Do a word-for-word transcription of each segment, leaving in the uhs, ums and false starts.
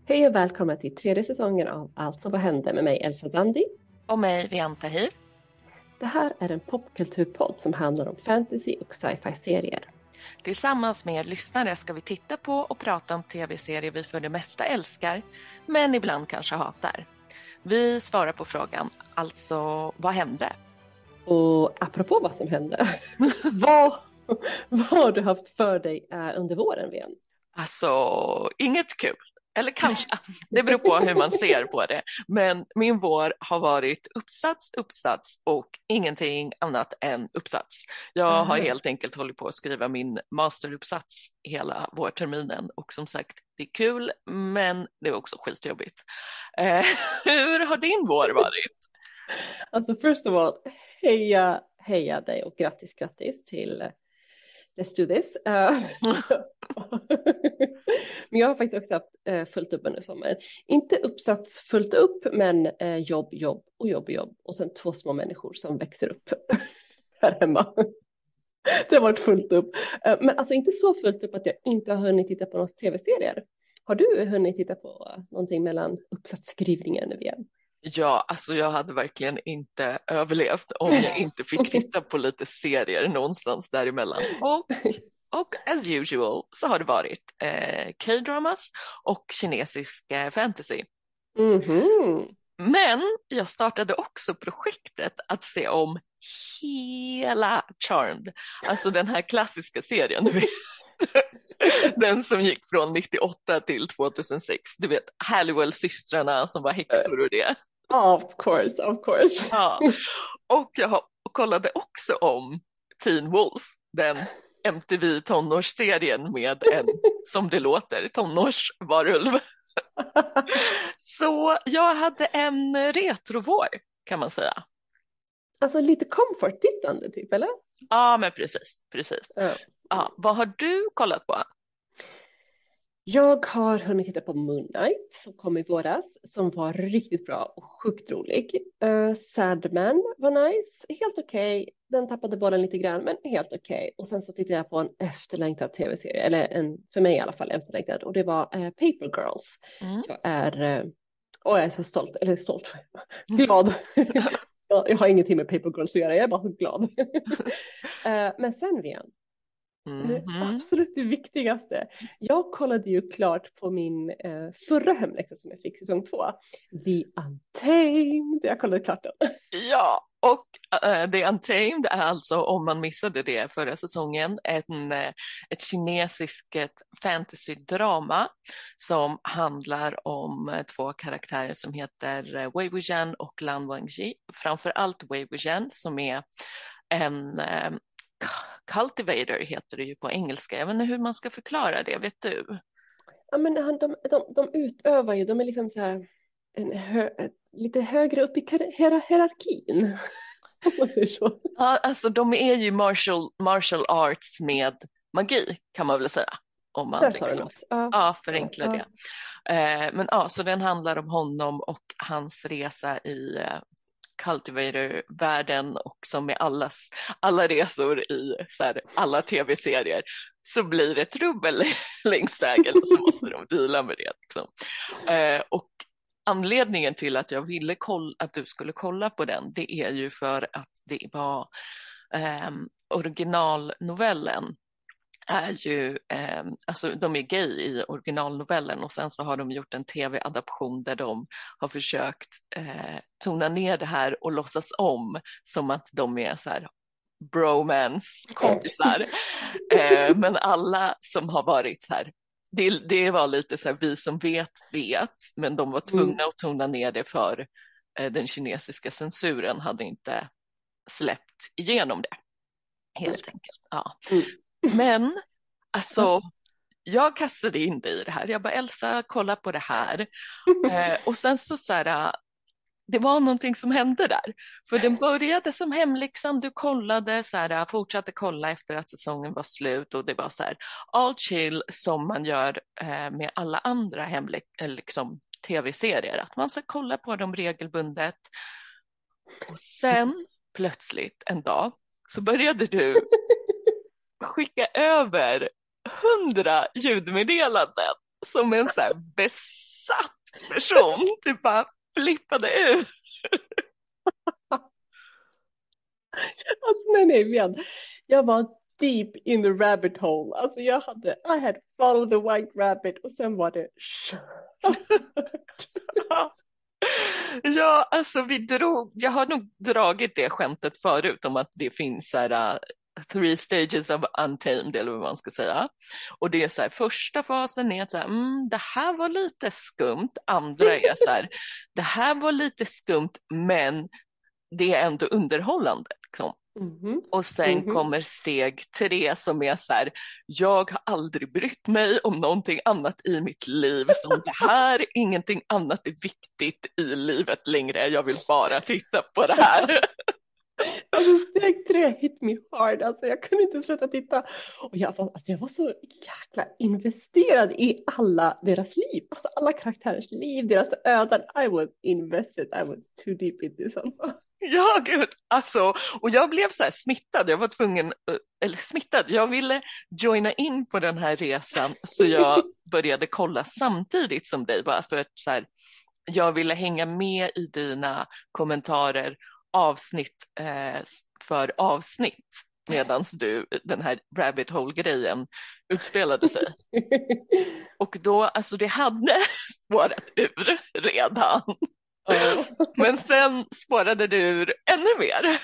Hej och välkomna till tredje säsongen av Allt som vad hände med mig Elsa Zandi. Och mig Vian Tahir. Det här är en popkulturpodd som handlar om fantasy och sci-fi serier. Tillsammans med er lyssnare ska vi titta på och prata om tv-serier vi för det mesta älskar, men ibland kanske hatar. Vi svarar på frågan, alltså vad hände? Och apropå vad som hände, vad, vad har du haft för dig under våren, Vian? Alltså, inget kul. Eller kanske, det beror på hur man ser på det. Men min vår har varit uppsats, uppsats och ingenting annat än uppsats. Jag har helt enkelt hållit på att skriva min masteruppsats hela vårterminen. Och som sagt, det är kul, men det är också skitjobbigt. Eh, hur har din vår varit? Alltså, first of all, heja, heja dig och grattis, grattis till Let's do this. Uh, men jag har faktiskt också haft uh, fullt upp under sommaren. Inte uppsats fullt upp, men uh, jobb, jobb och jobb, jobb. Och sen två små människor som växer upp här hemma. Det har varit fullt upp. Uh, men alltså inte så fullt upp att jag inte har hunnit titta på några tv-serier. Har du hunnit titta på uh, någonting mellan uppsatsskrivningen igen? Ja, alltså jag hade verkligen inte överlevt om jag inte fick titta på lite serier någonstans däremellan. Och, och as usual så har det varit eh, K-dramas och kinesisk eh, fantasy. Mm-hmm. Men jag startade också projektet att se om hela Charmed. Alltså den här klassiska serien, du vet. Den som gick från nittioåtta till tvåtusensex. Du vet, Halliwell-systrarna som var häxor och det. Of course, of course. Ja. Och jag kollade också om Teen Wolf, den M T V tonårsserien med en, som det låter, tonårsvarulv. Så jag hade en retrovår, kan man säga. Alltså lite comfort-tittande typ, eller? Ja, men precis, precis. Ja. Ja, vad har du kollat på? Jag har hunnit titta på Moon Knight som kom i våras, som var riktigt bra och sjukt rolig. Uh, Sandman var nice, helt okej. Okay. Den tappade bollen lite grann, men helt okej. Okay. Och sen så tittade jag på en efterlängtad tv-serie, eller en, för mig i alla fall efterlängtad, och det var uh, Paper Girls. Mm. Jag är, uh, och jag är så stolt, eller stolt, glad. Jag har ingenting med Paper Girls att göra, jag är bara så glad. uh, men sen igen. Mm-hmm. Det absolut det viktigaste. Jag kollade ju klart på min eh, förra hemläxa som jag fick säsong två. The Untamed. Jag kollade klart den. Ja, och uh, The Untamed är alltså, om man missade det förra säsongen, en, ett kinesiskt fantasy-drama som handlar om två karaktärer som heter Wei Wuxian och Lan Wangji. Framförallt Wei Wuxian som är en eh, cultivator heter det ju på engelska. Jag vet inte hur man ska förklara det, vet du? Ja, men de, de, de, de utövar ju, de är liksom så här en hö, lite högre upp i hier- hierarkin. Om man säger så. Ja, alltså de är ju martial, martial arts med magi, kan man väl säga. Om man liksom, ja, ja, förenklar ja. det. Eh, men ja, så den handlar om honom och hans resa i eh, cultivator-världen, och som med allas, alla resor i så här, alla tv-serier så blir det trubbel längs vägen och så måste de deala med det. Liksom. Eh, och anledningen till att jag ville kolla, att du skulle kolla på den, det är ju för att det var eh, originalnovellen är ju, eh, alltså de är gay i originalnovellen, och sen så har de gjort en tv-adaption där de har försökt eh, tona ner det här och låtsas om som att de är så här bromance-kompisar. eh, men alla som har varit så här, det, det var lite så här, vi som vet vet, men de var tvungna mm. att tona ner det för eh, den kinesiska censuren hade inte släppt igenom det, helt enkelt. Ja. Mm. Men alltså, jag kastade in dig i det här. Jag bara, Elsa, kolla på det här. eh, och sen så så här, det var någonting som hände där. För den började som hemläxan, du kollade så här, fortsatte kolla efter att säsongen var slut, och det var så här, all chill som man gör eh, med alla andra hemlä- liksom, tv-serier. Att man ska kolla på dem regelbundet. Och sen plötsligt en dag så började du skicka över hundra ljudmeddelanden som en så här besatt person. Du bara flippade ur. Alltså nej, nej, men jag var deep in the rabbit hole. Alltså jag hade, I had followed the white rabbit och sen var det Ja, alltså vi drog, jag har nog dragit det skämtet förut om att det finns så här, uh, three stages of untamed eller vad man ska säga. Och det är så här, första fasen är att så här, mm, det här var lite skumt. Andra är så här, det här var lite skumt men det är ändå underhållande. Liksom. Mm-hmm. Och sen Mm-hmm. kommer steg tre som är så här, jag har aldrig brytt mig om någonting annat i mitt liv som det här, ingenting annat är viktigt i livet längre, jag vill bara titta på det här. Alltså steg tre hit me hard, alltså jag kunde inte sluta titta. Och jag var, alltså jag var så jäkla investerad i alla deras liv, alltså alla karaktärers liv, deras öden. I was invested, I was too deep in this alltså. Ja, gud, alltså, och jag blev så här smittad, jag var tvungen, eller smittad, jag ville joina in på den här resan så jag började kolla samtidigt som dig, bara för att så här, jag ville hänga med i dina kommentarer avsnitt eh, för avsnitt medan du, den här rabbit hole-grejen utspelade sig. Och då, alltså det hade spårat ur redan. Oh. Men sen spårade du ur ännu mer.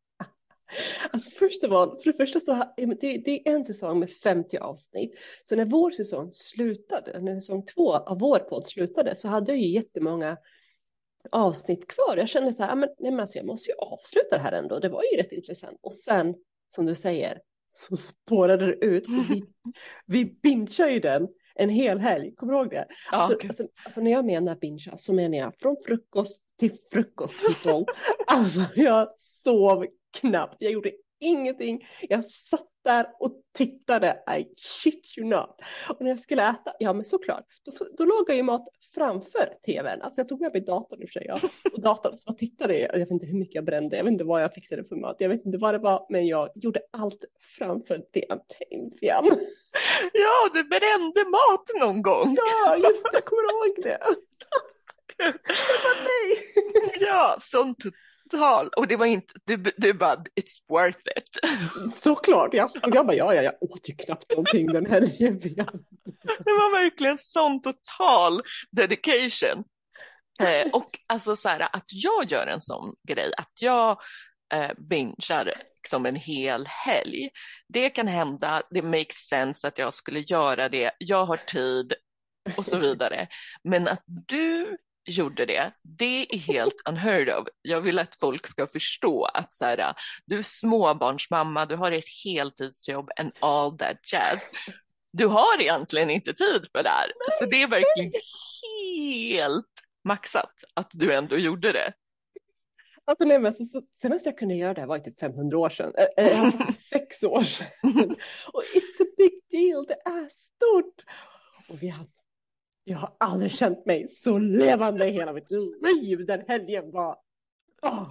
Alltså först av allt, för det första så det, det är en säsong med femtio avsnitt. Så när vår säsong slutade, när säsong två av vår podd slutade, så hade jag ju jättemånga avsnitt kvar. Jag kände så här, men, nej, men alltså jag måste ju avsluta det här ändå. Det var ju rätt intressant. Och sen, som du säger, så spårade det ut. För vi, vi bingeade ju den en hel helg. Kommer du ihåg det? Alltså, okay. alltså, alltså när jag menar bingea så menar jag från frukost till frukost. Alltså jag sov knappt. Jag gjorde ingenting. Jag satt där och tittade. I shit you not. Och när jag skulle äta, ja men såklart, då, då lagade jag ju mat framför tvn. Alltså jag tog med mig datorn och jag och datorn så jag tittade. Jag vet inte hur mycket jag brände. Jag vet inte vad jag fixade för mat. Jag vet inte vad det var, men jag gjorde allt framför det Untamed igen. Ja, du brände mat någon gång. Ja, just det. Jag kommer ihåg det. Jag bara, nej. Ja, sånt total. Och det var inte, du, du bara, it's worth it. Såklart, ja. Och jag bara, ja, ja, jag åt ju knappt någonting den här helgen. Det var verkligen sån total dedication. Eh, och alltså så här, att jag gör en sån grej, att jag eh, bingear liksom en hel helg. Det kan hända, det makes sense att jag skulle göra det. Jag har tid och så vidare. Men att du gjorde det, det är helt unheard of. Jag vill att folk ska förstå att så här, du är småbarnsmamma, du har ett heltidsjobb and all that jazz. Du har egentligen inte tid för det här. Så det är verkligen helt maxat att du ändå gjorde det. Alltså, nej, men så, senast jag kunde göra det här var typ femhundra år sedan. Äh, sex år sedan. Och it's a big deal, det är stort. Och vi har, jag har aldrig känt mig så levande i hela mitt liv. Den helgen var... Oh.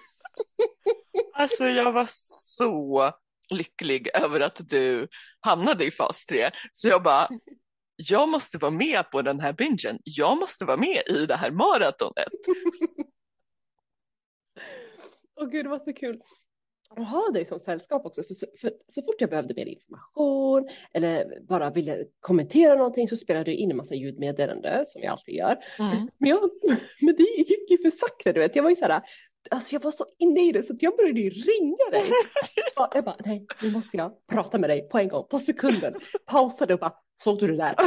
Alltså jag var så lycklig över att du hamnade i fas tre. Så jag bara, jag måste vara med på den här bingen. Jag måste vara med i det här maratonet. Åh gud, det var så kul att ha dig som sällskap också. För så, för så fort jag behövde mer information eller bara ville kommentera någonting så spelade jag in en massa ljudmeddelande som jag alltid gör. Mm. Men, jag, men det gick ju för sakta, du vet. Jag var ju så här, alltså jag var så inne i det så att jag började ju ringa dig. Jag bara, nej, nu måste jag prata med dig på en gång, på sekunden. Pausade och bara, såg du det där?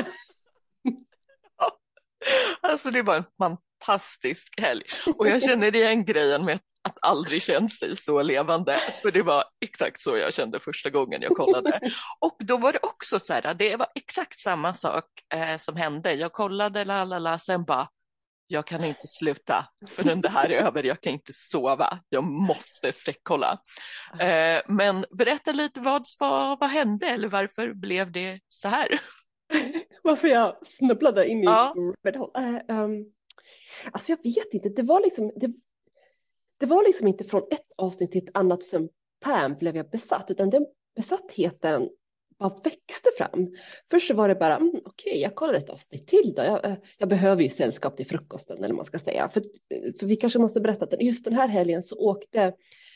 Alltså det var en fantastisk helg. Och jag känner igen grejen med att aldrig känna sig så levande. För det var exakt så jag kände första gången jag kollade. Och då var det också så här, det var exakt samma sak eh, som hände. Jag kollade, la la la, sen bara, jag kan inte sluta förrän det här är över, jag kan inte sova, jag måste sträckkolla. Eh, men berätta lite, vad, vad, vad hände eller varför blev det så här? Varför jag snubblade in i ja. uh, um, alltså jag vet inte, det var liksom det, det var liksom inte från ett avsnitt till ett annat som Pam blev jag besatt, utan den besattheten bara växte fram. Först så var det bara, mm, okej, okay, jag kollar ett avsnitt till då. Jag, jag behöver ju sällskap till frukosten, eller man ska säga. För, för vi kanske måste berätta att just den här helgen så åkte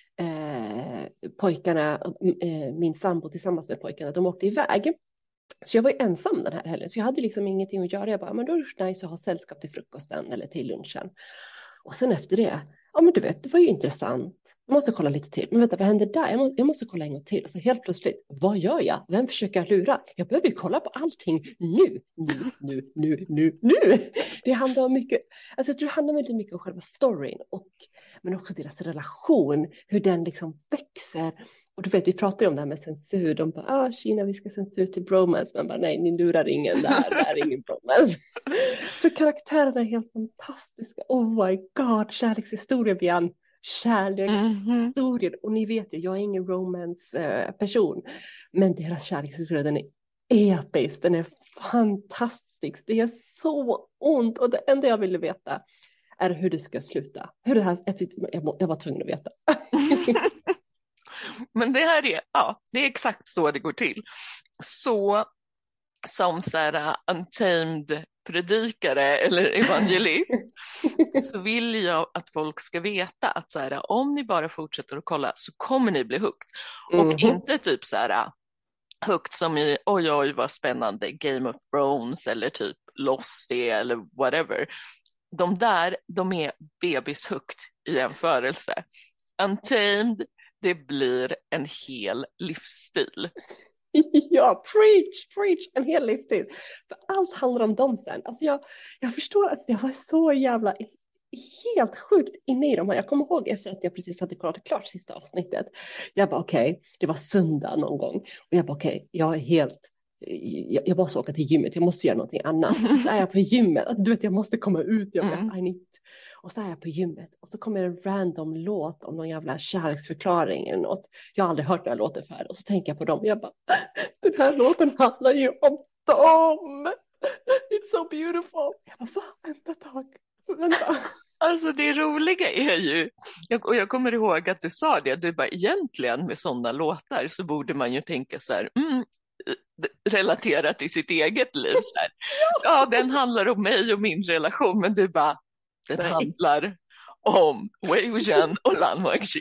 eh, pojkarna, eh, min sambo tillsammans med pojkarna, de åkte iväg. Så jag var ju ensam den här helgen, så jag hade liksom ingenting att göra. Jag bara, men då är det nice att ha sällskap till frukosten eller till lunchen. Och sen efter det, ja men du vet, det var ju intressant. Jag måste kolla lite till. Men vänta, vad händer där? Jag måste, jag måste kolla en gång till. Och så helt plötsligt, vad gör jag? Vem försöker jag lura? Jag behöver ju kolla på allting nu, nu, nu, nu, nu, nu. Det handlar om mycket, alltså jag tror det handlar väldigt mycket om själva storyn. Och, men också deras relation, hur den liksom växer. Och du vet, vi pratar ju om det här med censur. De bara, ah Kina, vi ska censur till bromance. Man bara, nej, ni lurar ingen där, det är ingen bromance. För karaktärerna är helt fantastiska. Oh my god, kärlekshistoria, Bian. Kärlekshistorier. Mm-hmm. Och ni vet ju, jag är ingen romance-person. Men deras kärlekshistoria, den är episk. Den är fantastisk. Det är så ont. Och det enda jag ville veta är hur det ska sluta. Hur det här, jag, jag var tvungen att veta. Men det här är, ja, det är exakt så det går till. Så som så här untamed predikare eller evangelist så vill jag att folk ska veta att så här, om ni bara fortsätter att kolla så kommer ni bli hooked. Och mm-hmm. inte typ så här hooked som i oj oj vad spännande Game of Thrones eller typ Lost eller whatever. De där, de är bebishooked i jämförelse. Untamed, det blir en hel livsstil. Ja, preach, preach, en hel livsstil. För allt handlar om dem sen. Alltså jag, jag förstår att jag var så jävla helt sjukt inne i dem här. Jag kommer ihåg efter att jag precis hade kollat klart sista avsnittet. Jag bara okej, okay, det var söndag någon gång. Och jag bara okej, okay, jag är helt, jag, jag måste åka till gymmet, jag måste göra någonting annat. Så är jag på gymmet, du vet jag måste komma ut, jag bara, mm. I need. Och så är jag på gymmet och så kommer en random låt om någon jävla kärleksförklaring eller något. Jag har aldrig hört den här låten förr. Och så tänker jag på dem och jag bara, den här låten handlar ju om dem. It's so beautiful. Jag bara, va? Vänta ett tag. Vänta. Alltså det roliga är ju, och jag kommer ihåg att du sa det, du bara egentligen med sådana låtar så borde man ju tänka så här, mm, relatera till sitt eget liv. Så här. Ja, den handlar om mig och min relation, men du bara, den Nej. handlar om Wei Wuxian och Lan Wangji.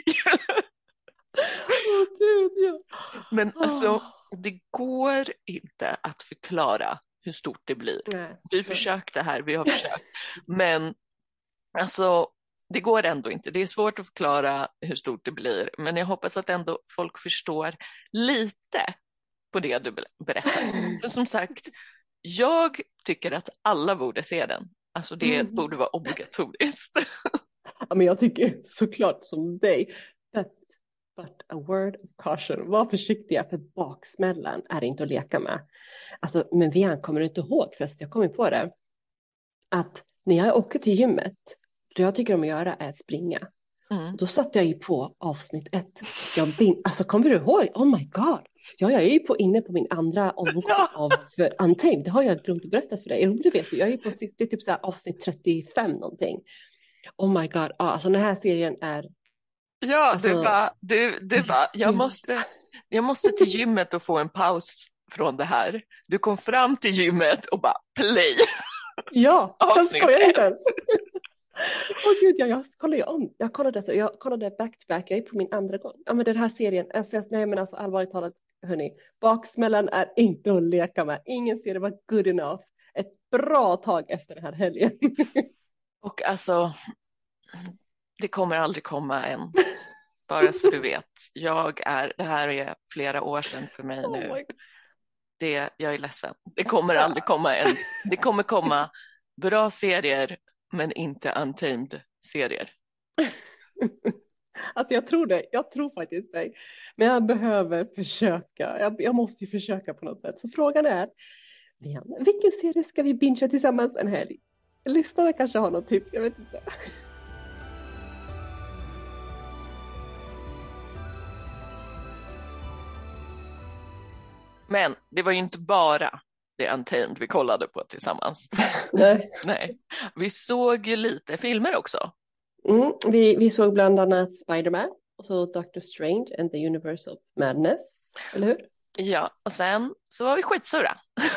Oh, Gud, ja. Men alltså, det går inte att förklara hur stort det blir. Nej. Vi försökte här, vi har försökt. Men alltså, det går ändå inte. Det är svårt att förklara hur stort det blir. Men jag hoppas att ändå folk förstår lite på det du berättar. För som sagt, jag tycker att alla borde se den. Alltså det mm. borde vara obligatoriskt. Ja, men jag tycker såklart som dig. But, but a word of caution. Var försiktiga för baksmällan är inte att leka med. Alltså, men vi kommer inte ihåg förresten, jag kommer på det. Att när jag åker till gymmet, det jag tycker om att göra är att springa. Mm. Då satte jag ju på avsnitt ett. Jag bin- alltså kommer du ihåg? Oh my god. Ja, jag är ju på, inne på min andra omgång ja. av Untamed. Det har jag glömt att berätta för dig. Det vet du. Jag är ju på det är typ så här avsnitt trettiofem någonting. Oh my god. Ja, alltså den här serien är... Ja, alltså... det var... Du, det var jag, måste, jag måste till gymmet och få en paus från det här. Du kom fram till gymmet och bara play. Ja, jag skojar inte ens. Åh oh, gud, ja, jag kollade ju om. Jag kollade, så, jag kollade back to back. Jag är på min andra gång. Ja, men den här serien. Alltså, nej, men alltså allvarligt talat, hörni. Baksmällan är inte att leka med. Ingen serie var good enough. Ett bra tag efter den här helgen. Och alltså, det kommer aldrig komma än. Bara så du vet. Jag är, det här är flera år sedan för mig nu. Oh det, jag är ledsen. Det kommer aldrig komma än. Det kommer komma bra serier. Men inte Untamed serier. Alltså jag tror det. Jag tror faktiskt det. Men jag behöver försöka. Jag, jag måste ju försöka på något sätt. Så frågan är, vilken serie ska vi bingea tillsammans en helg? Lyssnarna kanske har något tips, jag vet inte. Men det var ju inte bara det Untamed vi kollade på tillsammans. Nej. Nej. Vi såg ju lite filmer också. Mm, vi, vi såg bland annat Spider-Man och så Doctor Strange and the Universe of Madness, eller hur? Ja, och sen så var vi skitsura.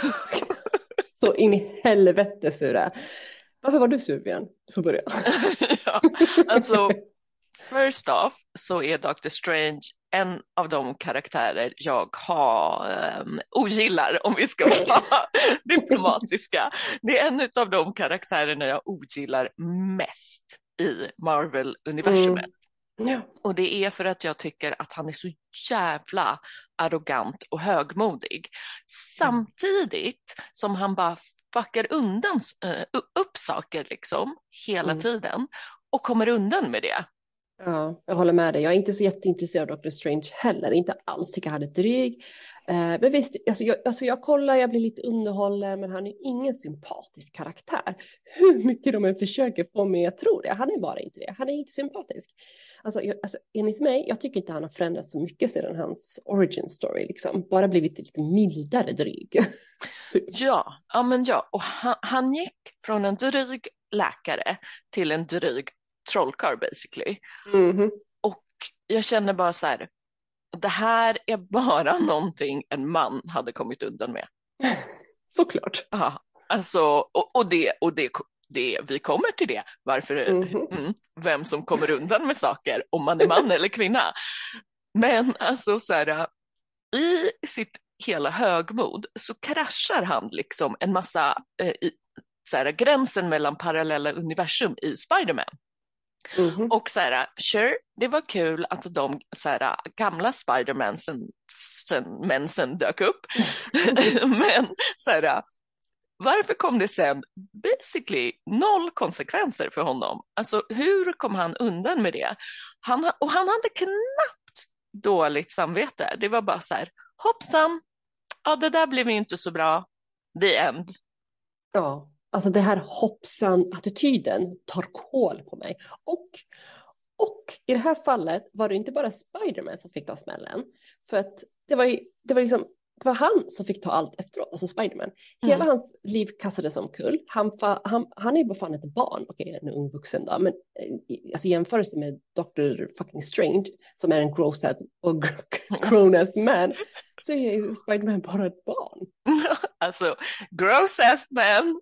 Så in i helvete sura. Varför var du sur, Björn? Du får börja. Ja, alltså first off så är Doctor Strange en av de karaktärer jag har um, ogillar, om vi ska vara diplomatiska. Det är en av de karaktärerna jag ogillar mest i Marvel-universumet. Mm. Ja. Och det är för att jag tycker att han är så jävla arrogant och högmodig. Samtidigt som han bara fuckar undan uh, upp saker liksom hela Mm. tiden och kommer undan med det. Ja, jag håller med dig. Jag är inte så jätteintresserad av Doctor Strange heller. Inte alls, tycker han är dryg. Eh, men visst, alltså jag, alltså jag kollar, jag blir lite underhållen, men han är ingen sympatisk karaktär. Hur mycket de än försöker få mig att tro det. Han är bara inte det. Han är inte sympatisk. Alltså, jag, alltså enligt mig, jag tycker inte han har förändrats så mycket sedan hans origin story. Liksom. Bara blivit lite mildare dryg. Ja, ja men ja. Och han, han gick från en dryg läkare till en dryg trollkarl basically. Mm-hmm. Och jag känner bara så här, det här är bara någonting en man hade kommit undan med. Såklart. Ja, alltså, och, och, det, och det, det, vi kommer till det, varför, Mm-hmm. mm, vem som kommer undan med saker, om man är man eller kvinna. Men alltså så här, i sitt hela högmod så kraschar han liksom en massa, eh, i, så här, gränsen mellan parallella universum i Spider-Man. Mm-hmm. Och så här, sure, det var kul att de så här, gamla Spider-Mansen sen, mensen dök upp. Men så här, varför kom det sen basically noll konsekvenser för honom? Alltså hur kom han undan med det? Han, och han hade knappt dåligt samvete. Det var bara så här, hoppsan, ja det där blev ju inte så bra. The end. Ja, alltså det här hoppsan-attityden tar kål på mig. Och, och i det här fallet var det inte bara Spider-Man som fick ta smällen. För att det var, ju, det var liksom, det var han som fick ta allt efteråt, alltså Spider-Man. Hela Mm. hans liv kastades omkull. Han, han, han är bara fan ett barn, okej, en ung vuxen då, men alltså, i jämförelse med Doctor fucking Strange, som är en gross-ass och grown-ass man, så är ju Spider-Man bara ett barn. Alltså, gross ass man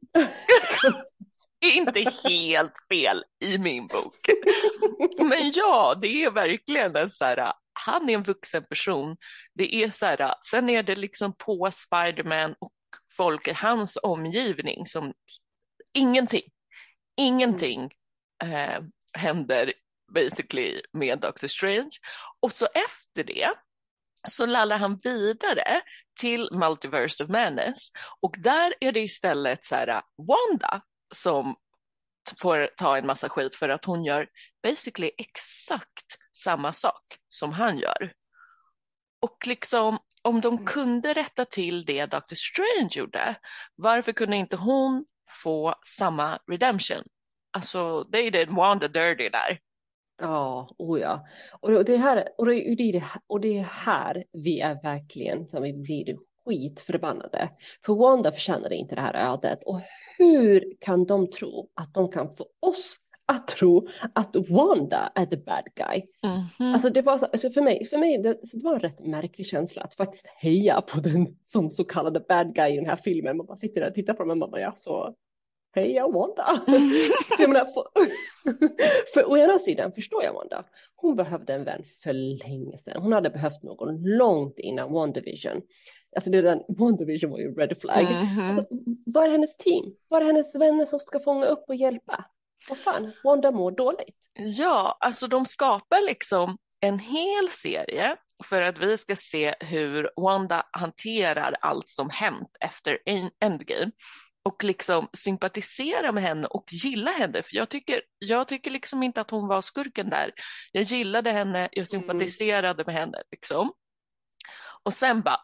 är inte helt fel i min bok. Men ja, det är verkligen en så här, han är en vuxen person. Det är så här, sen är det liksom på Spider-Man och folk i hans omgivning som ingenting, ingenting eh, händer basically med Doctor Strange. Och så efter det så lallar han vidare till Multiverse of Madness och där är det istället så här Wanda som får ta en massa skit för att hon gör basically exakt samma sak som han gör. Och liksom om de kunde rätta till det Doctor Strange gjorde, varför kunde inte hon få samma redemption? Alltså they did Wanda dirty där. Ja, oh ja. Och det här, och det, och det, och det är här vi är verkligen, som vi blir skitförbannade. För Wanda förtjänade inte det här ödet. Och hur kan de tro att de kan få oss att tro att Wanda är the bad guy? Mm-hmm. Alltså det var så, alltså för mig, för mig det, det var en rätt märklig känsla att faktiskt heja på den som så kallade bad guy i den här filmen. Man bara sitter där och tittar på dem och man bara, ja, så heja Wanda. för, jag menar, för, för å ena sidan förstår jag Wanda. Hon behövde en vän för länge sedan. Hon hade behövt någon långt innan WandaVision. Alltså det den, WandaVision var ju red flag. Mm-hmm. Alltså, var är hennes team? Var är hennes vänner som ska fånga upp och hjälpa? Vad fan, Wanda mår dåligt. Ja, alltså de skapar liksom en hel serie för att vi ska se hur Wanda hanterar allt som hänt efter Endgame och liksom sympatisera med henne och gilla henne. För jag tycker, jag tycker liksom inte att hon var skurken där. Jag gillade henne, jag sympatiserade mm. med henne liksom. Och sen bara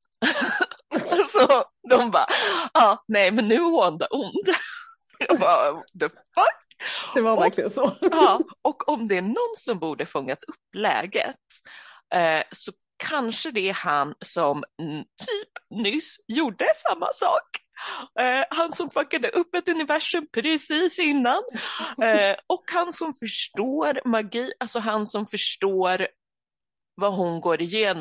alltså de bara, ja ah, nej men nu är Wanda ond. Jag bara, the fuck? Det var och, verkligen så. Ja, och om det är någon som borde fångat upp läget eh, så kanske det är han som mm, typ nyss gjorde samma sak. Eh, han som fuckade upp ett universum precis innan. Eh, och han som förstår magi, alltså han som förstår vad hon går igenom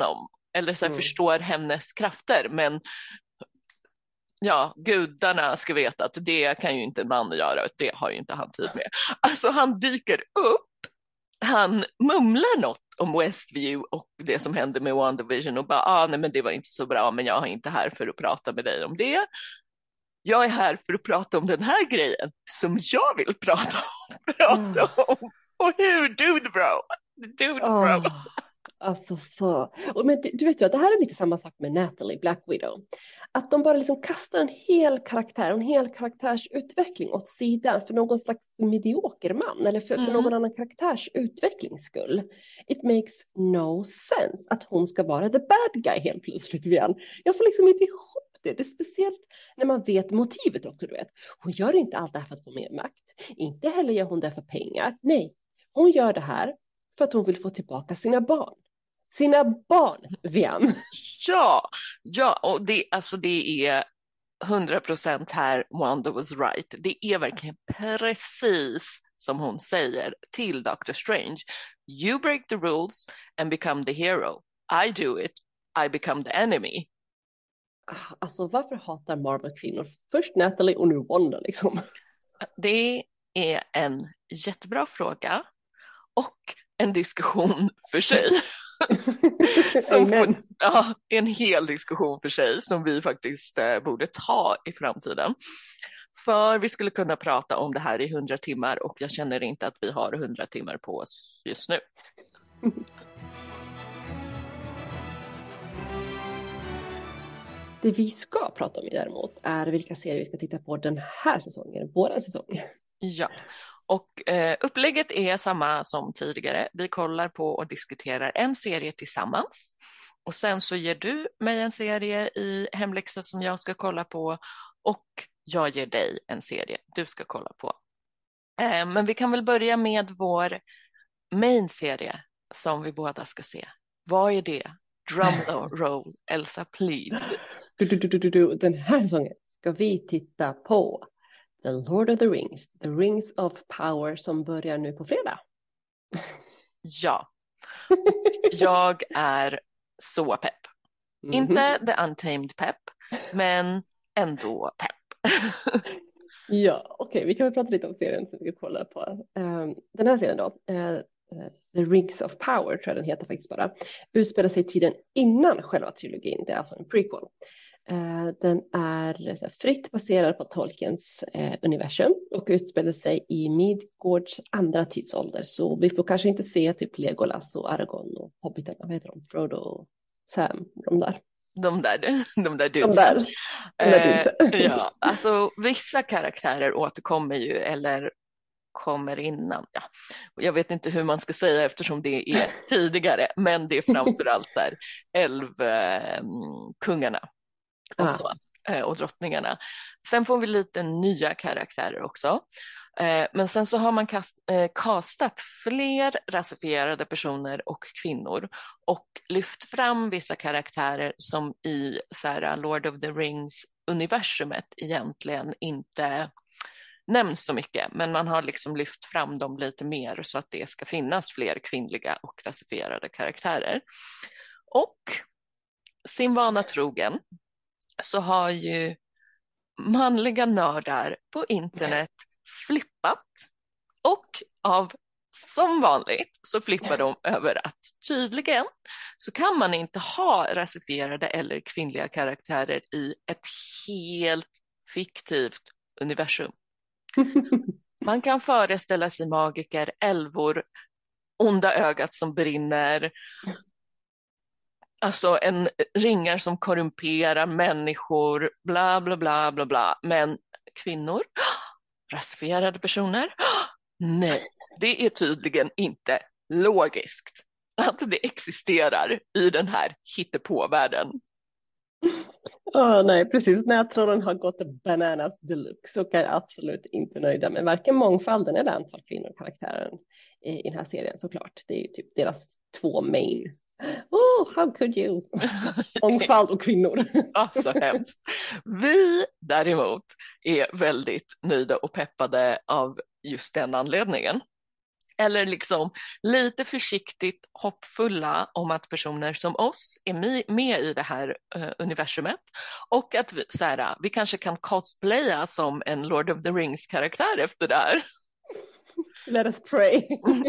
eller så här, Mm. förstår hennes krafter, men ja, gudarna ska veta att det kan ju inte en man göra, det har ju inte han tid med. Alltså han dyker upp, han mumlar något om Westview och det som hände med WandaVision och bara, ah, nej men det var inte så bra, men jag är inte här för att prata med dig om det. Jag är här för att prata om den här grejen som jag vill prata om. Prata Ah. om. Och hur, dude bro, dude bro. Oh, alltså så. Och men du, du vet ju att det här är lite samma sak med Natalie, Black Widow. Att de bara liksom kastar en hel karaktär, en hel karaktärsutveckling åt sidan för någon slags medioker man eller för, för Mm. någon annan karaktärs utvecklings skull. It makes no sense att hon ska vara the bad guy helt plötsligt igen. Jag får liksom inte ihop det. Det är speciellt när man vet motivet också, du vet. Hon gör inte allt det här för att få mer makt. Inte heller gör hon det för pengar. Nej, hon gör det här för att hon vill få tillbaka sina barn. Sina barn, Vian. Ja, ja, och det, alltså det är hundra procent här Wanda was right. Det är verkligen precis som hon säger till doktor Strange. You break the rules and become the hero. I do it, I become the enemy. Alltså varför hatar Marvel kvinnor? Först Natalie och nu Wanda liksom. Det är en jättebra fråga och en diskussion för sig. Som får, ja, en hel diskussion för sig som vi faktiskt eh, borde ta i framtiden. För vi skulle kunna prata om det här i hundra timmar och jag känner inte att vi har hundra timmar på oss just nu. Det vi ska prata om däremot är vilka serier vi ska titta på den här säsongen, våran säsong. Ja, och eh, upplägget är samma som tidigare. Vi kollar på och diskuterar en serie tillsammans. Och sen så ger du mig en serie i hemläxa som jag ska kolla på och jag ger dig en serie du ska kolla på. Eh, men vi kan väl börja med vår main-serie som vi båda ska se. Vad är det? Drumroll, Elsa, please. Du, du, du, du, du. Den här säsongen ska vi titta på The Lord of the Rings, The Rings of Power som börjar nu på fredag. Ja, jag är så pepp. Mm-hmm. Inte The Untamed pepp, men ändå pepp. Ja, okej, okay, vi kan väl prata lite om serien som vi ska kolla på. Um, den här serien då, uh, The Rings of Power tror jag den heter faktiskt bara, utspelar sig i tiden innan själva trilogin, det är alltså en prequel. Uh, den är så här, fritt baserad på Tolkiens uh, universum och utspelar sig i Midgårds andra tidsålder, så vi får kanske inte se typ Legolas och Aragorn och Hobbiten, vad heter de, Frodo och Sam, de där. De där, de där de där, de där eh, ja, alltså vissa karaktärer återkommer ju eller kommer innan. Ja. Jag vet inte hur man ska säga eftersom det är tidigare, men det är framförallt så här älvkungarna och, ah. så, och drottningarna. Sen får vi lite nya karaktärer också. Men sen så har man kast, eh, kastat fler rasifierade personer och kvinnor och lyft fram vissa karaktärer som i så här, Lord of the Rings universumet egentligen inte nämns så mycket, men man har liksom lyft fram dem lite mer så att det ska finnas fler kvinnliga och rasifierade karaktärer. Och sin vana trogen så har ju manliga nördar på internet flippat och av som vanligt så flippar de över att tydligen så kan man inte ha rasifierade eller kvinnliga karaktärer i ett helt fiktivt universum. Man kan föreställa sig magiker, älvor, onda ögat som brinner, alltså en ringar som korrumperar människor, bla bla bla bla bla, men kvinnor, rasifierade personer, nej, det är tydligen inte logiskt att det existerar i den här hittepåvärlden. Oh, nej, precis. Nättrollen har gått bananas deluxe och är absolut inte nöjda med varken mångfalden eller antal kvinnokaraktärer i, i den här serien såklart. Det är ju typ deras två main. Oh, how could you? Mångfald och kvinnor. Ja, så hemskt. Vi däremot är väldigt nöjda och peppade av just den anledningen. Eller liksom lite försiktigt hoppfulla om att personer som oss är med i det här uh, universumet och att vi, så här, vi kanske kan cosplaya som en Lord of the Rings-karaktär efter det här. Let us pray.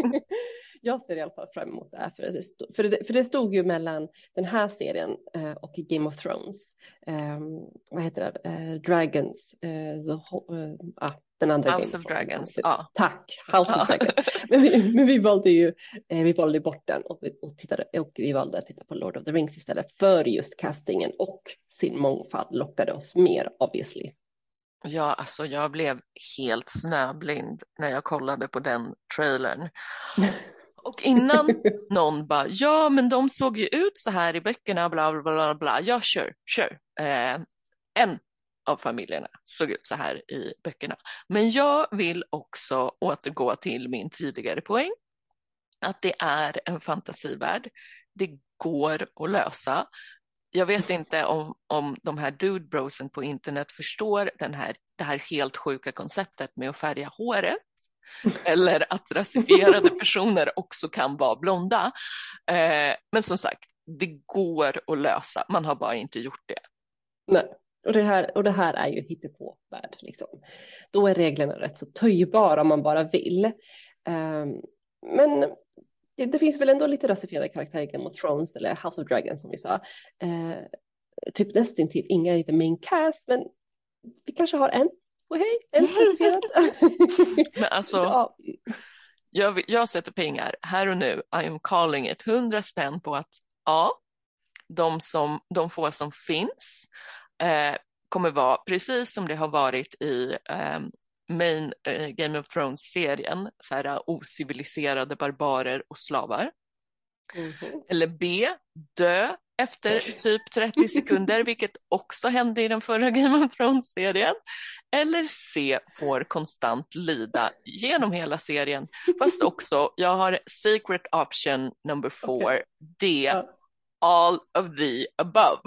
Jag ser i alla fall fram emot det här, för det, stod, för det, för det stod ju mellan den här serien eh, och Game of Thrones. Eh, vad heter det? Eh, Dragons. Eh, the, eh, ah, den andra House Game of of Dragons. Thrones. Ja. Tack, House Ja. of Dragons. Men vi, men vi valde ju eh, vi valde bort den och, och, tittade, och vi valde att titta på Lord of the Rings istället, för just castingen och sin mångfald lockade oss mer, obviously. Ja, alltså jag blev helt snöblind när jag kollade på den trailern. Och innan någon bara, ja men de såg ju ut så här i böckerna, bla bla bla bla. Ja, sure, sure. Eh, en av familjerna såg ut så här i böckerna. Men jag vill också återgå till min tidigare poäng. Att det är en fantasivärld. Det går att lösa. Jag vet inte om, om de här dude brosen på internet förstår den här, det här helt sjuka konceptet med att färga håret. Eller att rasifierade personer också kan vara blonda. Eh, men som sagt, det går att lösa. Man har bara inte gjort det. Nej, och det här, och det här är ju hittepåvärld. Liksom. Då är reglerna rätt så töjbara om man bara vill. Um, men det, det finns väl ändå lite rasifierade karaktärer i Game of Thrones eller House of Dragons som vi sa. Uh, typ nästintill inga i the main cast, men vi kanske har en. Och hej, en rasifierad. Men alltså, ja. jag, jag sätter pengar här och nu. I am calling it. Hundra spänn på att ja, de, som, de få som finns eh, kommer vara precis som det har varit i eh, main eh, Game of Thrones-serien. Så här ociviliserade barbarer och slavar. Mm-hmm. Eller B, dö efter typ trettio sekunder, vilket också hände i den förra Game of Thrones-serien. Eller C, får konstant lida genom hela serien. Fast också, jag har secret option number four, okay. D, uh. all of the above.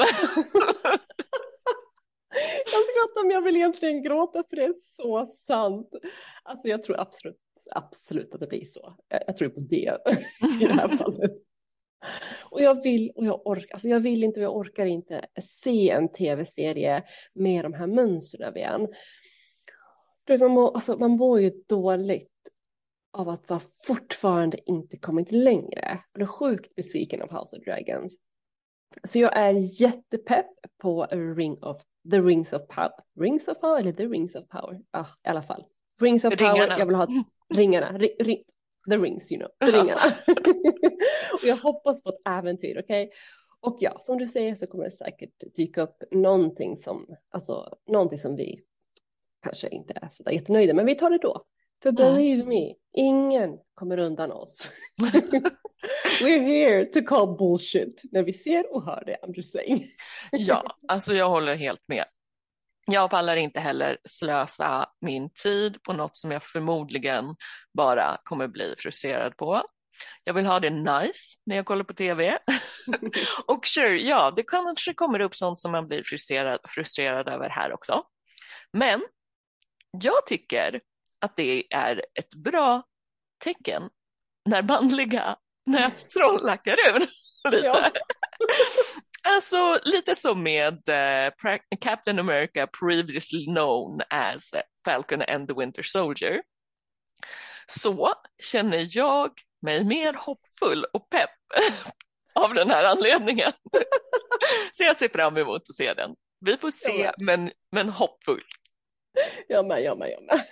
Jag skrattar, men jag vill egentligen gråta, för det är så sant. Alltså jag tror absolut, absolut att det blir så. Jag, jag tror på det i det här fallet. Och jag vill och jag orkar, alltså jag vill inte och jag orkar inte se en tv-serie med de här mönstren igen. Man mår, alltså man mår ju dåligt av att vara fortfarande inte kommit längre. Jag är sjukt besviken av House of Dragons. Så jag är jättepepp på Ring of, The Rings of Power. Rings of Power eller The Rings of Power? Ja, ah, i alla fall. Rings of Ringarna. Power, jag vill ha ringarna. Ring, ring, the Rings, you know. The ringarna. Och jag hoppas på ett äventyr, okej? Okay? Och ja, som du säger så kommer det säkert dyka upp någonting som, alltså, någonting som vi kanske inte är så där jättenöjda, men vi tar det då. För believe mm. me, ingen kommer undan oss. We're here to call bullshit när vi ser och hör det, I'm just saying. Ja, alltså jag håller helt med. Jag pallar inte heller slösa min tid på något som jag förmodligen bara kommer bli frustrerad på. Jag vill ha det nice när jag kollar på tv. Och sure, ja, det kanske kommer upp sånt som man blir frustrerad, frustrerad över här också. Men jag tycker att det är ett bra tecken när manliga nästroll lackar ur lite. Ja. Alltså lite som med uh, Captain America, previously known as Falcon and the Winter Soldier. Så känner jag mig mer hoppfull och pepp av den här anledningen. Så jag ser fram emot att se den. Vi får se, ja, men, men hoppfull. Jag med, jag med, jag med.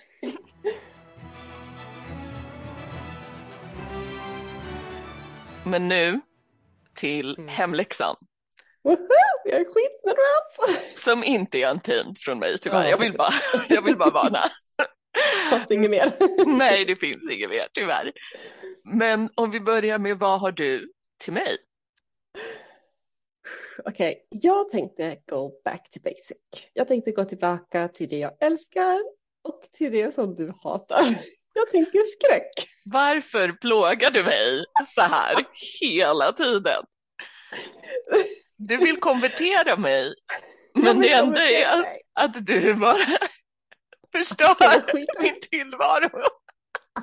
Men nu till mm. hemläxan. Woho! Jag är skitnervös. Som inte är en tid från mig tyvärr. Ja, jag, vill bara, jag vill bara varna. Fast inget mer. Nej, det finns inget mer tyvärr. Men om vi börjar med, vad har du till mig? Okej, okay, jag tänkte go back to basic. Jag tänkte gå tillbaka till det jag älskar och till det som du hatar. Jag tänker skräck. Varför plågar du mig så här hela tiden? Du vill konvertera mig, men det enda är att, att du bara förstår min tillvaro.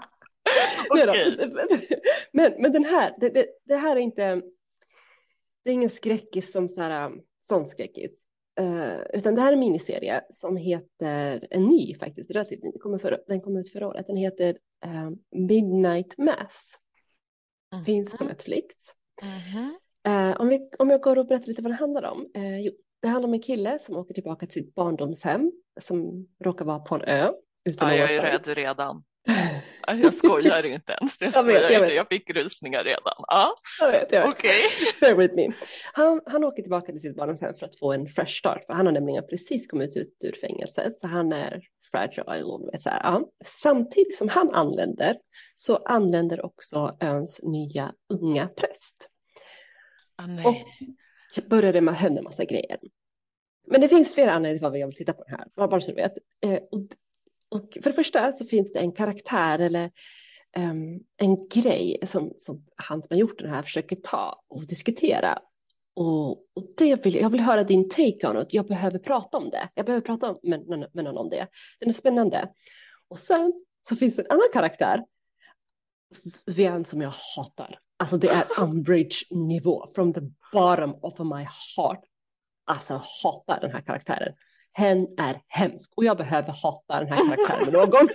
Nej då. Okej. Men, men den här, det, det, det här är inte, det är ingen skräckis som så här, sån skräckis. Uh, utan det här är en miniserie som heter, en ny faktiskt, relativt ny, den kommer, för, den kommer ut förra året. Den heter uh, Midnight Mass. Mm. Finns på Netflix. Mm-hmm. Uh, om, vi, om jag går och berättar lite vad det handlar om. Uh, jo, det handlar om en kille som åker tillbaka till sitt barndomshem som råkar vara på en ö. Utan Ja, jag är någonstans. rädd redan. Jag skojar inte ens. Jag, jag, vet, jag, vet. jag fick rysningar redan. Ja. Jag vet, jag vet. Okay. Bear with me. Han, han åker tillbaka till sitt barndomshem för att få en fresh start. För han har nämligen precis kommit ut ur fängelset. Så han är fragile. Och vet, så här, ja. Samtidigt som han anländer så anländer också öns nya unga präst. Oh, och började med hända en massa grejer. Men det finns flera anledningar till varför jag vill titta på den här. Bara så du vet. Eh, och, och för det första så finns det en karaktär eller um, en grej som, som han som har gjort den här försöker ta och diskutera. Och, och det vill, jag vill höra din take on it. Jag behöver prata om det. Jag behöver prata med, med, med någon om det. Den är spännande. Och sen så finns det en annan karaktär. Sven som jag hatar. Alltså det är Umbridge-nivå. From the bottom of my heart. Alltså jag hatar den här karaktären. Hen är hemsk. Och jag behöver hata den här karaktären med någon.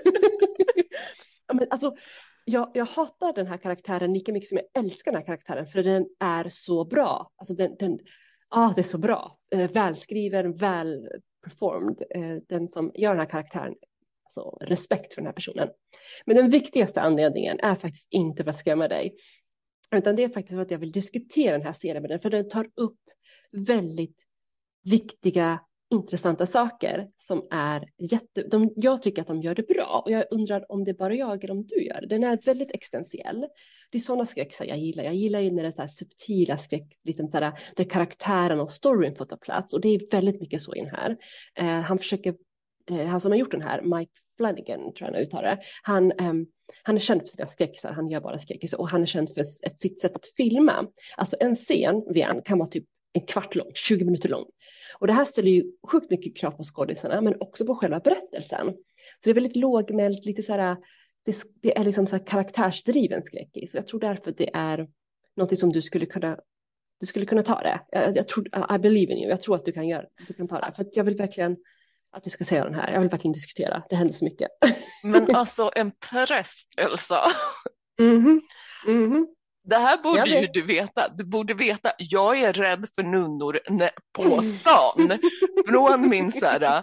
Men alltså, jag, jag hatar den här karaktären lika mycket som jag älskar den här karaktären. För den är så bra. Alltså den, den ah, det är så bra. Eh, välskriven, väl performed. Eh, den som gör den här karaktären. Alltså respekt för den här personen. Men den viktigaste anledningen är faktiskt inte för att skrämma dig. Utan det är faktiskt för att jag vill diskutera den här serien med den. För den tar upp väldigt viktiga, intressanta saker som är jätte... De, jag tycker att de gör det bra och jag undrar om det är bara jag eller om du gör det. Den är väldigt existentiell. Det är sådana skräck som jag gillar. Jag gillar ju när det är så här subtila skräck, liksom så här, där karaktären och storyn får ta plats och det är väldigt mycket så i den här. Eh, han försöker, eh, han som har gjort den här, Mike Flanagan tror jag han uttalar det, han, eh, han är känd för sina skräckisar, han gör bara skräckisar och han är känd för ett, sitt sätt att filma. Alltså en scen vid han kan vara typ en kvart lång, tjugo minuter lång. Och det här ställer ju sjukt mycket krav på skådisarna, men också på själva berättelsen. Så det är väldigt lågmält, lite så här, det, det är liksom så här karaktärsdriven skräck i. Så jag tror därför det är något som du skulle kunna, du skulle kunna ta det. Jag, jag tror, I believe in you, jag tror att du kan göra, du kan ta det. För att jag vill verkligen att du ska säga den här, jag vill verkligen diskutera, det händer så mycket. Men alltså en präst, Elsa. Mhm, mhm. Det här borde ju du veta. Du borde veta, jag är rädd för nunnor på stan. Från min så här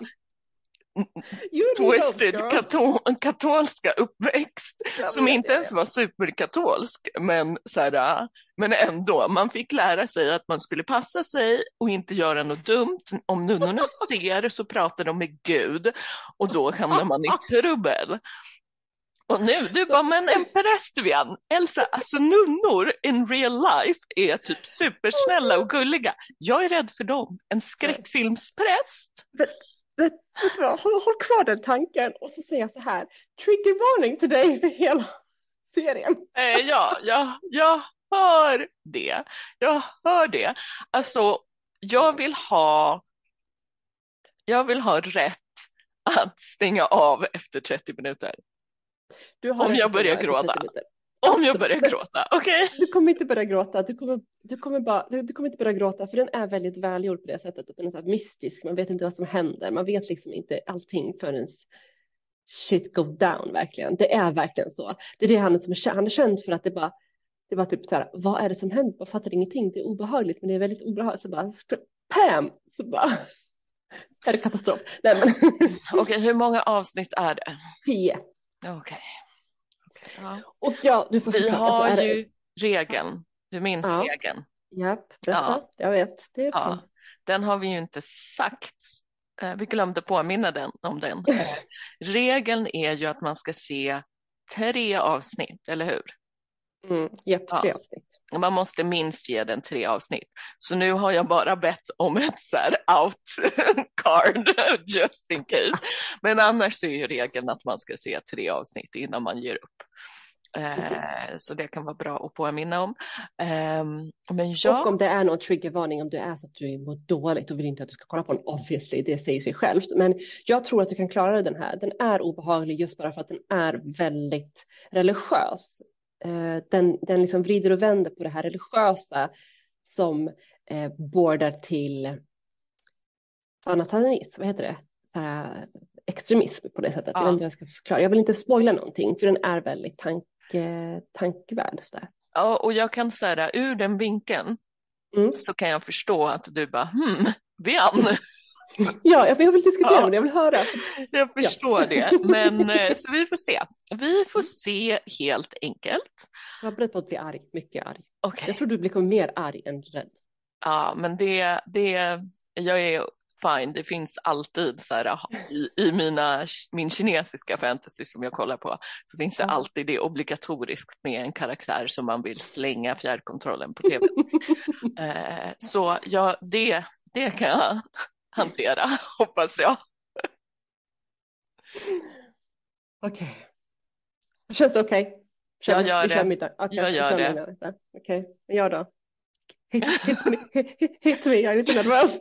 twisted katol katolska uppväxt. Som inte ens var superkatolsk. Men, så här, men ändå, man fick lära sig att man skulle passa sig och inte göra något dumt. Om nunnorna ser så pratar de med Gud. Och då hamnar man i trubbel. Och nu, du bara, men en prästvän, Elsa, alltså nunnor in real life är typ supersnälla och gulliga. Jag är rädd för dem, en skräckfilmspräst. Vet, vet, vet du vad, håll, håll kvar den tanken och så säger jag så här, trigger warning till dig för hela serien. Eh, ja, ja, jag hör det, jag hör det. Alltså, jag vill ha, jag vill ha rätt att stänga av efter trettio minuter. Om jag börjar gråta. Om jag börjar gråta, okej. Okay. Du kommer inte börja gråta, du kommer, du, kommer bara, du, du kommer inte börja gråta för den är väldigt välgjord på det sättet att den är så här mystisk, man vet inte vad som händer, man vet liksom inte allting förrän shit goes down verkligen. Det är verkligen så. Det är det han som är, han är känd för att det bara, det var typ så här, vad är det som händer? Jag fattar ingenting, det är obehagligt men det är väldigt obehagligt, så bara, pam, så bara, är det katastrof. Nej, men. Okej, okay, hur många avsnitt är det? Tio. Okej. Okay. Ja. Och ja, du får vi såklart, har alltså, ju det... regeln, du minns ja. regeln. Japp, ja, jag vet. Det är ja. Den har vi ju inte sagt, vi glömde påminna den om den. Regeln är ju att man ska se tre avsnitt, eller hur? Mm, japp, tre ja. avsnitt. Man måste minst ge den tre avsnitt. Så nu har jag bara bett om ett så här out card just in case. Men annars så är ju regeln att man ska se tre avsnitt innan man ger upp. Eh, så det kan vara bra att påminna om. Eh, men Och ja. om det är någon triggervarning, om det är så att du mår dåligt och vill inte att du ska kolla på den, obviously, det säger sig självt. Men jag tror att du kan klara den här. Den är obehaglig just bara för att den är väldigt religiös. Eh, den, den liksom vrider och vänder på det här religiösa som eh, bordar till fanaticism, vad heter det? Så här, extremism på det sättet. Ja. Jag vet inte hur jag ska förklara. Jag vill inte spoila någonting, för den är väldigt tanke, tankevärd. Så där. Ja, och jag kan säga ur den vinkeln Mm. så kan jag förstå att du bara, hmm, Bian. Ja, jag vill diskutera Ja, med det, jag vill höra. Jag förstår ja. det, men så vi får se. Vi får se helt enkelt. Jag är beredd på att bli arg, mycket arg. Okay. Jag tror du blir mer arg än rädd. Ja, men det, det, jag är fine. Det finns alltid så här, i, i mina, min kinesiska fantasy som jag kollar på, så finns det mm. alltid det obligatoriskt med en karaktär som man vill slänga fjärrkontrollen på tv. eh, så ja, det, det kan jag hantera, hoppas jag. Okej. Okay. Känns okej. Okay. Jag gör det. Okay, jag gör det. Okej, okay. Jag då? Hit, hit, hit, hit me, jag är lite nervös.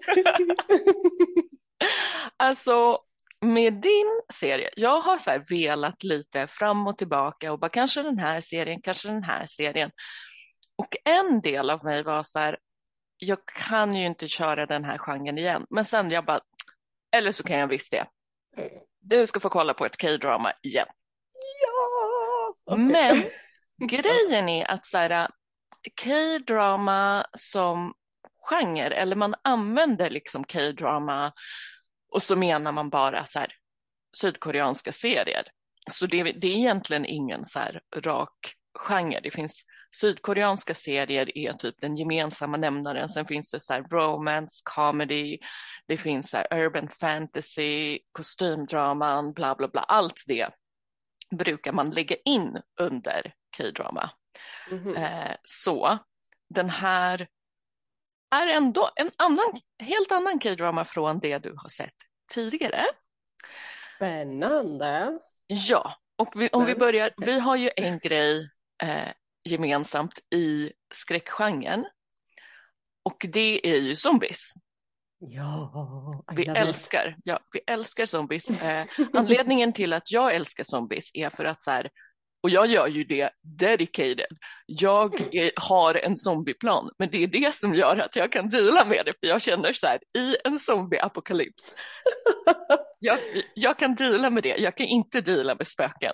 Alltså, med din serie, jag har så här velat lite fram och tillbaka och bara kanske den här serien, kanske den här serien. Och en del av mig var så här, jag kan ju inte köra den här genren igen. Men sen jag bara, eller så kan jag visst det. Du ska få kolla på ett K-drama igen. Ja! Okay. Men grejen är att så här, K-drama som genre, eller man använder liksom K-drama och så menar man bara så här sydkoreanska serier. Så det, det är egentligen ingen så här rak genre. Det finns sydkoreanska serier är typ den gemensamma nämnaren. Sen finns det så här romance, comedy, det finns så här urban fantasy, kostymdraman, bla bla bla. Allt det brukar man lägga in under K-drama. Mm-hmm. Eh, så den här är ändå en annan, helt annan K-drama från det du har sett tidigare. Spännande. Ja, och vi, om vi börjar, vi har ju en grej eh, gemensamt i skräckgenren. Och det är ju zombies. Ja, vi älskar, ja, vi älskar zombies. Eh, anledningen till att jag älskar zombies är för att så här, och jag gör ju det dedicated. Jag är, har en zombieplan, men det är det som gör att jag kan deala med det. För jag känner så här, i en zombie-apokalyps, jag, jag kan deala med det. Jag kan inte deala med spöken.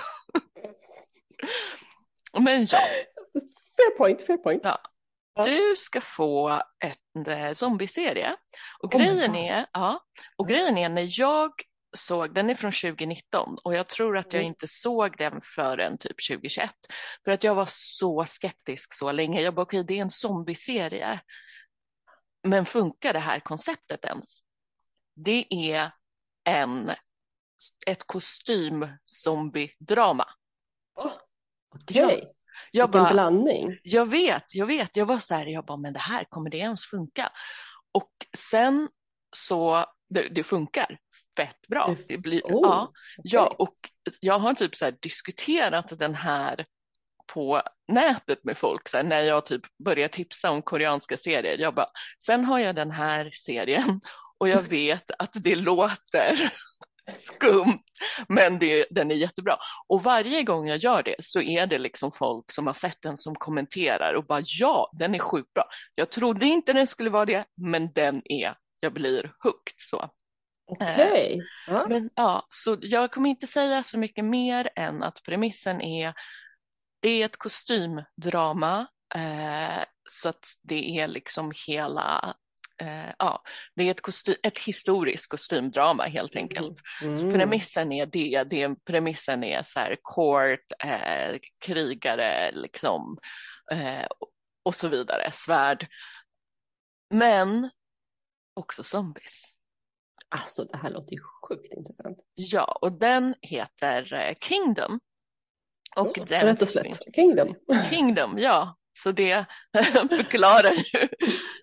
Men ja. Fair point, fair point. Ja. Du ska få en eh, zombieserie. Och grejen oh är, ja, och grejen är när jag såg, den är från tjugo nitton och jag tror att jag mm. inte såg den förrän typ tjugo tjugoett. För att jag var så skeptisk så länge. Jag bara, okej, okay, det är en zombieserie. Men funkar det här konceptet ens? Det är en, ett kostym-zombie-drama. Oh, okej. Okay. Jag Vilken bara, blandning. Jag vet, jag vet. Jag var så här, jag bara, men det här, kommer det ens funka? Och sen så, det, det funkar fett bra. Det blir, oh, ja, okay. ja, och jag har typ så här diskuterat den här på nätet med folk så här, när jag typ börjar tipsa om koreanska serier. Jag bara, sen har jag den här serien och jag vet att det låter skumt, men det, den är jättebra. Och varje gång jag gör det så är det liksom folk som har sett den som kommenterar och bara, ja, den är sjukt bra. Jag trodde inte den skulle vara det, men den är, jag blir hooked så. Okej. Okay. Ja. Men ja, så jag kommer inte säga så mycket mer än att premissen är, det är ett kostymdrama, eh, så att det är liksom hela, eh, ja, det är ett, kostym, ett historiskt kostymdrama helt enkelt. Mm. Så premissen är det, det premissen är så här court, eh, krigare liksom, eh, och så vidare, svärd. Men också zombies. Alltså det här låter ju sjukt intressant. Ja, och den heter Kingdom. Och oh, den rätt och slätt. Kingdom. Kingdom, ja. Så det förklarar ju,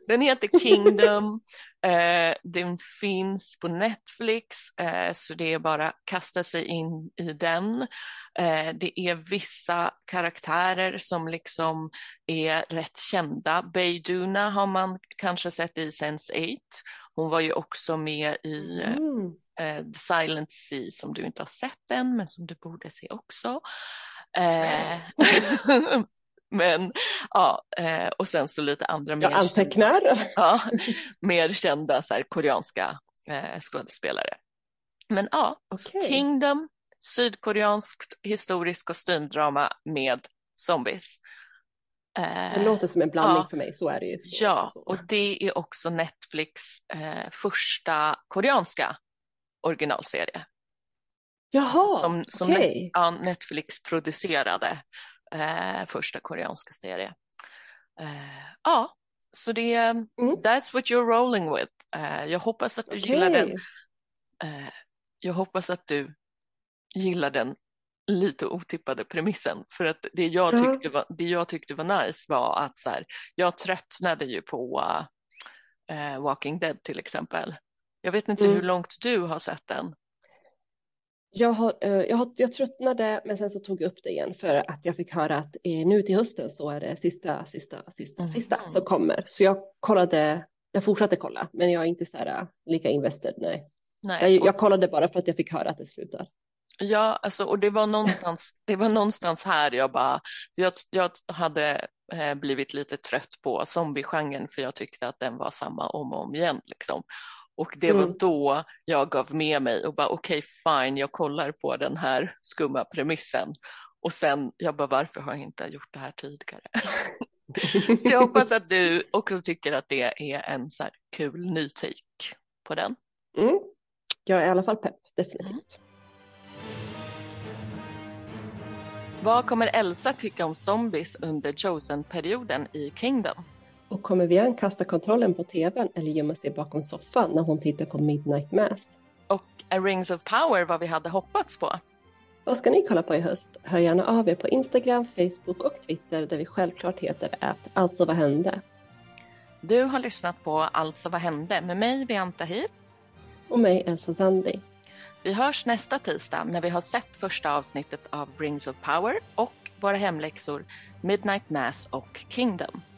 Den heter Kingdom. Eh, den finns på Netflix, eh, så det är bara att kasta sig in i den. Eh, det är vissa karaktärer som liksom är rätt kända. Bayduna har man kanske sett i sense eight. Hon var ju också med i Mm. eh, The Silent Sea, som du inte har sett än men som du borde se också. Eh, men ja, eh, och sen så lite andra mer Jag antecknar. kända, ja, mer kända så här, koreanska eh, skådespelare. Men ja, Okej. Kingdom, sydkoreanskt historiskt kostymdrama med zombies. Eh, Det låter som en blandning ja, för mig, så är det ju. Så, ja, så. och det är också Netflix eh, första koreanska originalserie. Jaha, Som, som okej. Net, ja, Netflix producerade eh, första koreanska serie. Eh, ja, så det är Mm. that's what you're rolling with. Eh, jag hoppas att du Okej. gillar den. Eh, jag hoppas att du gillar den lite otippade premissen. För att det jag Ja. tyckte var, det jag tyckte var nice var att så här, jag tröttnade ju på uh, Walking Dead till exempel. Jag vet inte Mm. hur långt du har sett den. Jag, har, eh, jag, har, jag tröttnade, men sen så tog jag upp det igen för att jag fick höra att eh, nu till hösten så är det sista, sista, sista, Mhm. sista som kommer. Så jag kollade, jag fortsatte kolla, men jag är inte så här uh, lika invested, nej. Nej, Jag, och, jag kollade bara för att jag fick höra att det slutar. ja, alltså, och det var någonstans, det var någonstans här jag bara, jag, jag hade eh, blivit lite trött på zombiegenren för jag tyckte att den var samma om och om igen liksom. Och det var Mm. då jag gav med mig och bara okej okay, fine, jag kollar på den här skumma premissen. Och sen, jag bara varför har jag inte gjort det här tidigare? Så jag hoppas att du också tycker att det är en så här kul ny take på den. Mm. Jag är i alla fall pepp, definitivt. Mm. Vad kommer Elsa tycka om zombies under Chosen-perioden i Kingdom? Och kommer Vian kasta kontrollen på tvn eller gömma sig bakom soffan när hon tittar på Midnight Mass? Och är Rings of Power vad vi hade hoppats på? Vad ska ni kolla på i höst? Hör gärna av er på Instagram, Facebook och Twitter där vi självklart heter att Alltså vad hände? Du har lyssnat på Alltså vad hände med mig, Vian Tahir. Och mig, Elsa Zandi. Vi hörs nästa tisdag när vi har sett första avsnittet av Rings of Power och våra hemläxor Midnight Mass och Kingdom.